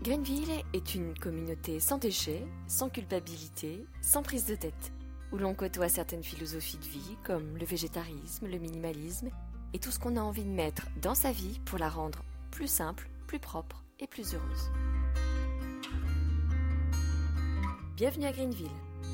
Greenville est une communauté sans déchets, sans culpabilité, sans prise de tête, où l'on côtoie certaines philosophies de vie comme le végétarisme, le minimalisme et tout ce qu'on a envie de mettre dans sa vie pour la rendre plus simple, plus propre et plus heureuse. Bienvenue à Greenville.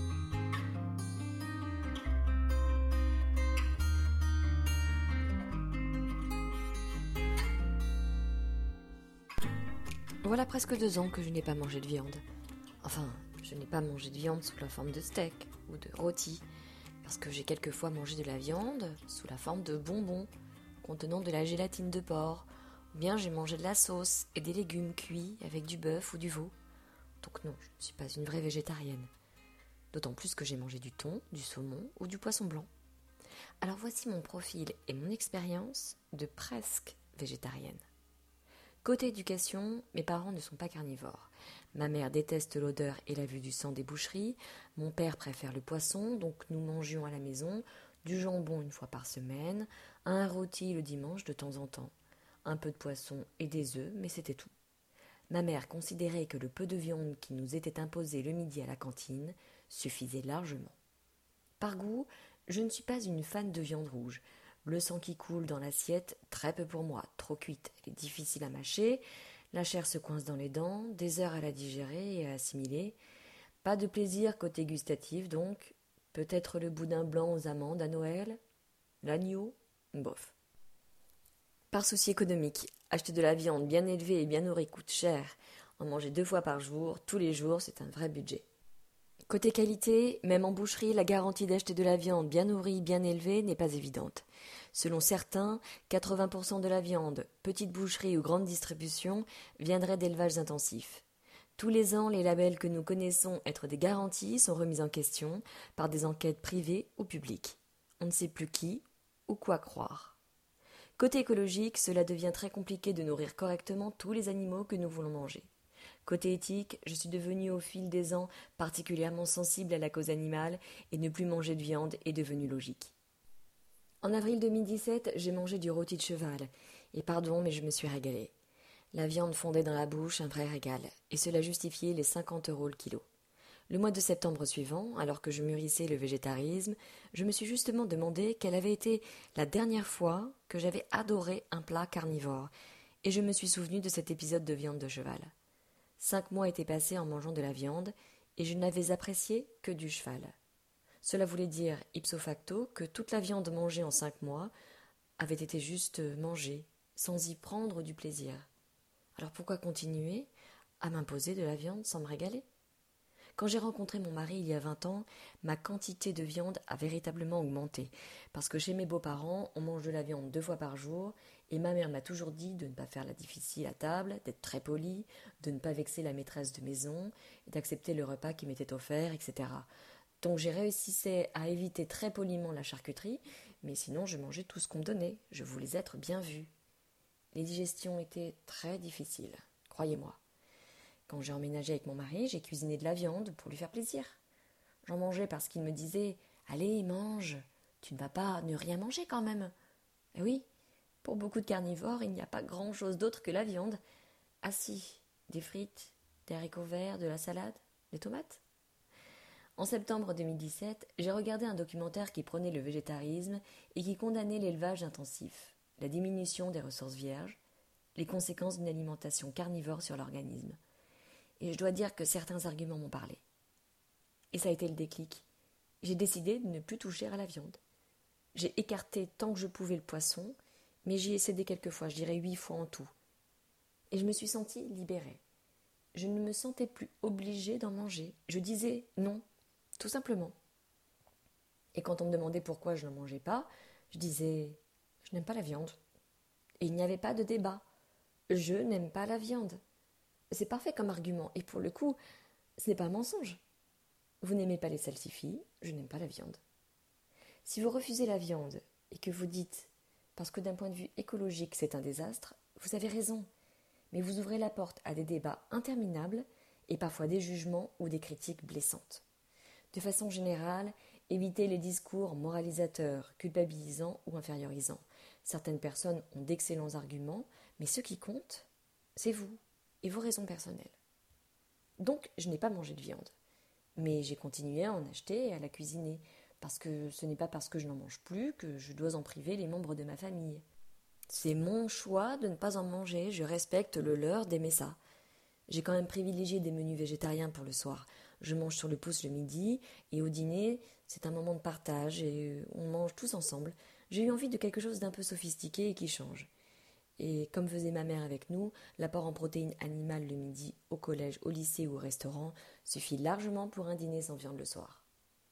Voilà presque 2 ans que je n'ai pas mangé de viande. Enfin, je n'ai pas mangé de viande sous la forme de steak ou de rôti, parce que j'ai quelquefois mangé de la viande sous la forme de bonbons contenant de la gélatine de porc, ou bien j'ai mangé de la sauce et des légumes cuits avec du bœuf ou du veau. Donc non, je ne suis pas une vraie végétarienne. D'autant plus que j'ai mangé du thon, du saumon ou du poisson blanc. Alors voici mon profil et mon expérience de presque végétarienne. Côté éducation, mes parents ne sont pas carnivores. Ma mère déteste l'odeur et la vue du sang des boucheries. Mon père préfère le poisson, donc nous mangions à la maison du jambon 1 fois par semaine, un rôti le dimanche de temps en temps, un peu de poisson et des œufs, mais c'était tout. Ma mère considérait que le peu de viande qui nous était imposé le midi à la cantine suffisait largement. Par goût, je ne suis pas une fan de viande rouge. Le sang qui coule dans l'assiette, très peu pour moi, trop cuite, elle est difficile à mâcher, la chair se coince dans les dents, des heures à la digérer et à assimiler. Pas de plaisir côté gustatif donc, peut-être le boudin blanc aux amandes à Noël, l'agneau, bof. Par souci économique, acheter de la viande bien élevée et bien nourrie coûte cher. En manger 2 fois par jour, tous les jours, c'est un vrai budget. Côté qualité, même en boucherie, la garantie d'acheter de la viande bien nourrie, bien élevée n'est pas évidente. Selon certains, 80% de la viande, petite boucherie ou grande distribution, viendrait d'élevages intensifs. Tous les ans, les labels que nous connaissons être des garanties sont remis en question par des enquêtes privées ou publiques. On ne sait plus qui ou quoi croire. Côté écologique, cela devient très compliqué de nourrir correctement tous les animaux que nous voulons manger. Côté éthique, je suis devenue au fil des ans particulièrement sensible à la cause animale et ne plus manger de viande est devenu logique. En avril 2017, j'ai mangé du rôti de cheval. Et pardon, mais je me suis régalée. La viande fondait dans la bouche, un vrai régal. Et cela justifiait les 50 € le kilo. Le mois de septembre suivant, alors que je mûrissais le végétarisme, je me suis justement demandé quelle avait été la dernière fois que j'avais adoré un plat carnivore. Et je me suis souvenu de cet épisode de viande de cheval. 5 mois étaient passés en mangeant de la viande, et je n'avais apprécié que du cheval. Cela voulait dire, ipso facto, que toute la viande mangée en 5 mois avait été juste mangée, sans y prendre du plaisir. Alors pourquoi continuer à m'imposer de la viande sans me régaler ? Quand j'ai rencontré mon mari il y a 20 ans, ma quantité de viande a véritablement augmenté. Parce que chez mes beaux-parents, on mange de la viande 2 fois par jour, et ma mère m'a toujours dit de ne pas faire la difficile à table, d'être très polie, de ne pas vexer la maîtresse de maison, et d'accepter le repas qui m'était offert, etc. Donc j'ai réussi à éviter très poliment la charcuterie, mais sinon je mangeais tout ce qu'on me donnait, je voulais être bien vue. Les digestions étaient très difficiles, croyez-moi. Quand j'ai emménagé avec mon mari, j'ai cuisiné de la viande pour lui faire plaisir. J'en mangeais parce qu'il me disait « Allez, mange, tu ne vas pas ne rien manger quand même !» Et oui, pour beaucoup de carnivores, il n'y a pas grand-chose d'autre que la viande. Ah si, des frites, des haricots verts, de la salade, des tomates. En septembre 2017, j'ai regardé un documentaire qui prônait le végétarisme et qui condamnait l'élevage intensif, la diminution des ressources vierges, les conséquences d'une alimentation carnivore sur l'organisme. Et je dois dire que certains arguments m'ont parlé. Et ça a été le déclic. J'ai décidé de ne plus toucher à la viande. J'ai écarté tant que je pouvais le poisson, mais j'y ai cédé quelques fois, je dirais 8 fois en tout. Et je me suis sentie libérée. Je ne me sentais plus obligée d'en manger. Je disais non, tout simplement. Et quand on me demandait pourquoi je n'en mangeais pas, je disais « je n'aime pas la viande ». Et il n'y avait pas de débat. Je n'aime pas la viande. C'est parfait comme argument, et pour le coup, ce n'est pas un mensonge. Vous n'aimez pas les salsifis, je n'aime pas la viande. Si vous refusez la viande et que vous dites « parce que d'un point de vue écologique c'est un désastre », vous avez raison, mais vous ouvrez la porte à des débats interminables et parfois des jugements ou des critiques blessantes. De façon générale, évitez les discours moralisateurs, culpabilisants ou infériorisants. Certaines personnes ont d'excellents arguments, mais ce qui compte, c'est vous et vos raisons personnelles. Donc je n'ai pas mangé de viande. Mais j'ai continué à en acheter et à la cuisiner, parce que ce n'est pas parce que je n'en mange plus que je dois en priver les membres de ma famille. C'est mon choix de ne pas en manger, je respecte le leur d'aimer ça. J'ai quand même privilégié des menus végétariens pour le soir. Je mange sur le pouce le midi, et au dîner, c'est un moment de partage, et on mange tous ensemble. J'ai eu envie de quelque chose d'un peu sophistiqué et qui change. Et comme faisait ma mère avec nous, l'apport en protéines animales le midi, au collège, au lycée ou au restaurant, suffit largement pour un dîner sans viande le soir.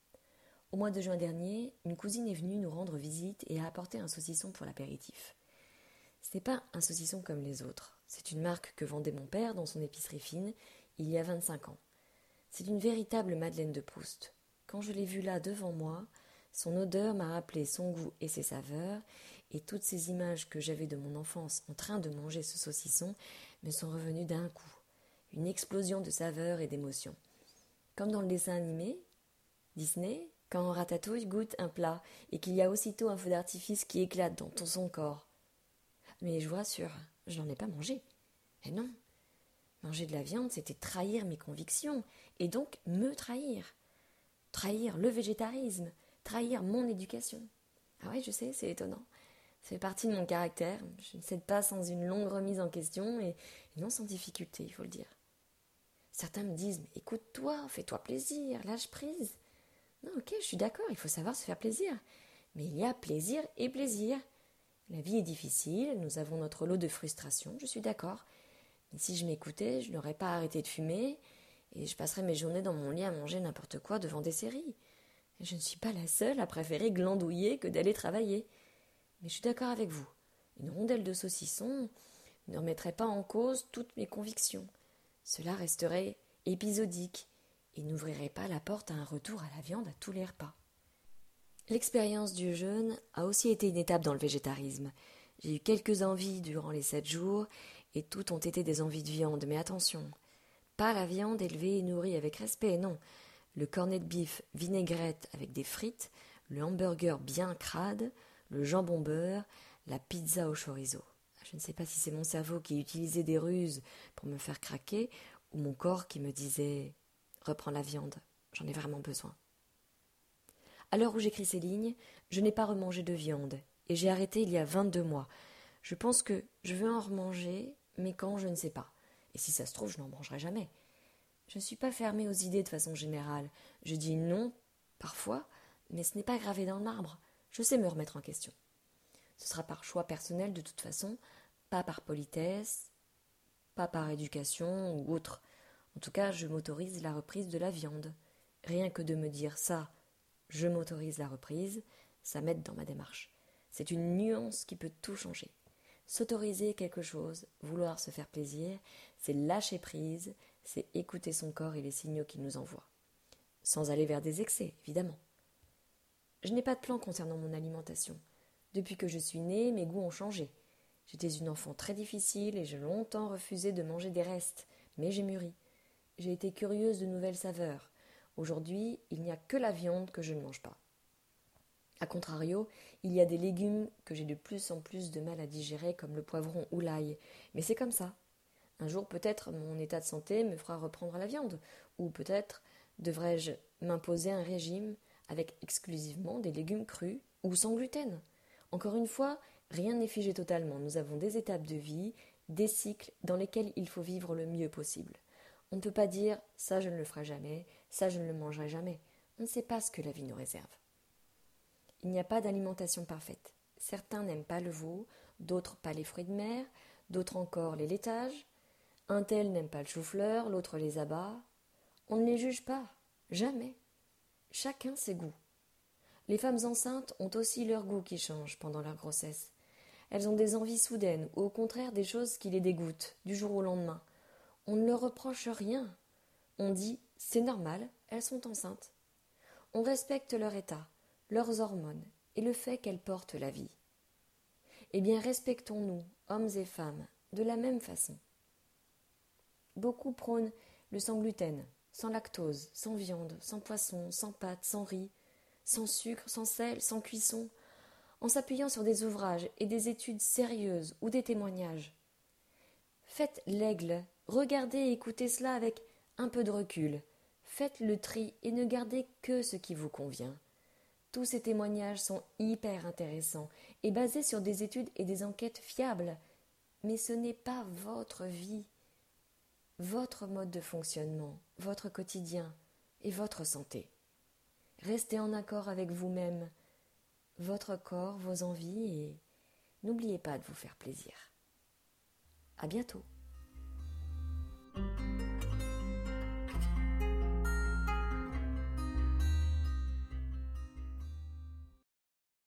Au mois de juin dernier, une cousine est venue nous rendre visite et a apporté un saucisson pour l'apéritif. Ce n'est pas un saucisson comme les autres. C'est une marque que vendait mon père dans son épicerie fine il y a 25 ans. C'est une véritable Madeleine de Proust. Quand je l'ai vue là devant moi, son odeur m'a rappelé son goût et ses saveurs, et toutes ces images que j'avais de mon enfance en train de manger ce saucisson me sont revenues d'un coup. Une explosion de saveurs et d'émotions. Comme dans le dessin animé Disney, quand Ratatouille goûte un plat et qu'il y a aussitôt un feu d'artifice qui éclate dans tout son corps. Mais je vous rassure, je n'en ai pas mangé. Et non, manger de la viande, c'était trahir mes convictions, et donc me trahir. Trahir le végétarisme, trahir mon éducation. Ah oui, je sais, c'est étonnant. Ça fait partie de mon caractère. Je ne cède pas sans une longue remise en question, et non sans difficulté, il faut le dire. Certains me disent, mais écoute-toi, fais-toi plaisir, lâche prise. Non, ok, je suis d'accord, il faut savoir se faire plaisir. Mais il y a plaisir et plaisir. La vie est difficile, nous avons notre lot de frustration, je suis d'accord. Mais si je m'écoutais, je n'aurais pas arrêté de fumer, et je passerais mes journées dans mon lit à manger n'importe quoi devant des séries. Et je ne suis pas la seule à préférer glandouiller que d'aller travailler. Mais je suis d'accord avec vous. Une rondelle de saucisson ne remettrait pas en cause toutes mes convictions. Cela resterait épisodique et n'ouvrirait pas la porte à un retour à la viande à tous les repas. L'expérience du jeûne a aussi été une étape dans le végétarisme. J'ai eu quelques envies durant les 7 jours, et toutes ont été des envies de viande, mais attention, pas la viande élevée et nourrie avec respect, non. Le cornet de bif vinaigrette avec des frites, le hamburger bien crade, le jambon beurre, la pizza au chorizo. Je ne sais pas si c'est mon cerveau qui utilisait des ruses pour me faire craquer, ou mon corps qui me disait « Reprends la viande, j'en ai vraiment besoin ». À l'heure où j'écris ces lignes, je n'ai pas remangé de viande, et j'ai arrêté il y a 22 mois. Je pense que je veux en remanger, mais quand, je ne sais pas. Et si ça se trouve, je n'en mangerai jamais. Je ne suis pas fermée aux idées de façon générale. Je dis non, parfois, mais ce n'est pas gravé dans le marbre. Je sais me remettre en question. Ce sera par choix personnel de toute façon, pas par politesse, pas par éducation ou autre. En tout cas, je m'autorise la reprise de la viande. Rien que de me dire ça, je m'autorise la reprise, ça m'aide dans ma démarche. C'est une nuance qui peut tout changer. S'autoriser quelque chose, vouloir se faire plaisir, c'est lâcher prise, c'est écouter son corps et les signaux qu'il nous envoie. Sans aller vers des excès, évidemment. Je n'ai pas de plan concernant mon alimentation. Depuis que je suis née, mes goûts ont changé. J'étais une enfant très difficile et j'ai longtemps refusé de manger des restes, mais j'ai mûri. J'ai été curieuse de nouvelles saveurs. Aujourd'hui, il n'y a que la viande que je ne mange pas. A contrario, il y a des légumes que j'ai de plus en plus de mal à digérer, comme le poivron ou l'ail. Mais c'est comme ça. Un jour, peut-être, mon état de santé me fera reprendre la viande. Ou peut-être, devrais-je m'imposer un régime avec exclusivement des légumes crus ou sans gluten. Encore une fois, rien n'est figé totalement. Nous avons des étapes de vie, des cycles dans lesquels il faut vivre le mieux possible. On ne peut pas dire « ça je ne le ferai jamais, ça je ne le mangerai jamais ». On ne sait pas ce que la vie nous réserve. Il n'y a pas d'alimentation parfaite. Certains n'aiment pas le veau, d'autres pas les fruits de mer, d'autres encore les laitages. Un tel n'aime pas le chou-fleur, l'autre les abat. On ne les juge pas, jamais. Chacun ses goûts. Les femmes enceintes ont aussi leurs goûts qui changent pendant leur grossesse. Elles ont des envies soudaines ou au contraire des choses qui les dégoûtent du jour au lendemain. On ne leur reproche rien. On dit « c'est normal, elles sont enceintes ». On respecte leur état, leurs hormones et le fait qu'elles portent la vie. Eh bien, respectons-nous, hommes et femmes, de la même façon. Beaucoup prônent le sans gluten, sans lactose, sans viande, sans poisson, sans pâtes, sans riz, sans sucre, sans sel, sans cuisson, en s'appuyant sur des ouvrages et des études sérieuses ou des témoignages. Faites l'aigle, regardez et écoutez cela avec un peu de recul, faites le tri et ne gardez que ce qui vous convient. Tous ces témoignages sont hyper intéressants et basés sur des études et des enquêtes fiables, mais ce n'est pas votre vie, votre mode de fonctionnement, votre quotidien et votre santé. Restez en accord avec vous-même, votre corps, vos envies et n'oubliez pas de vous faire plaisir. À bientôt.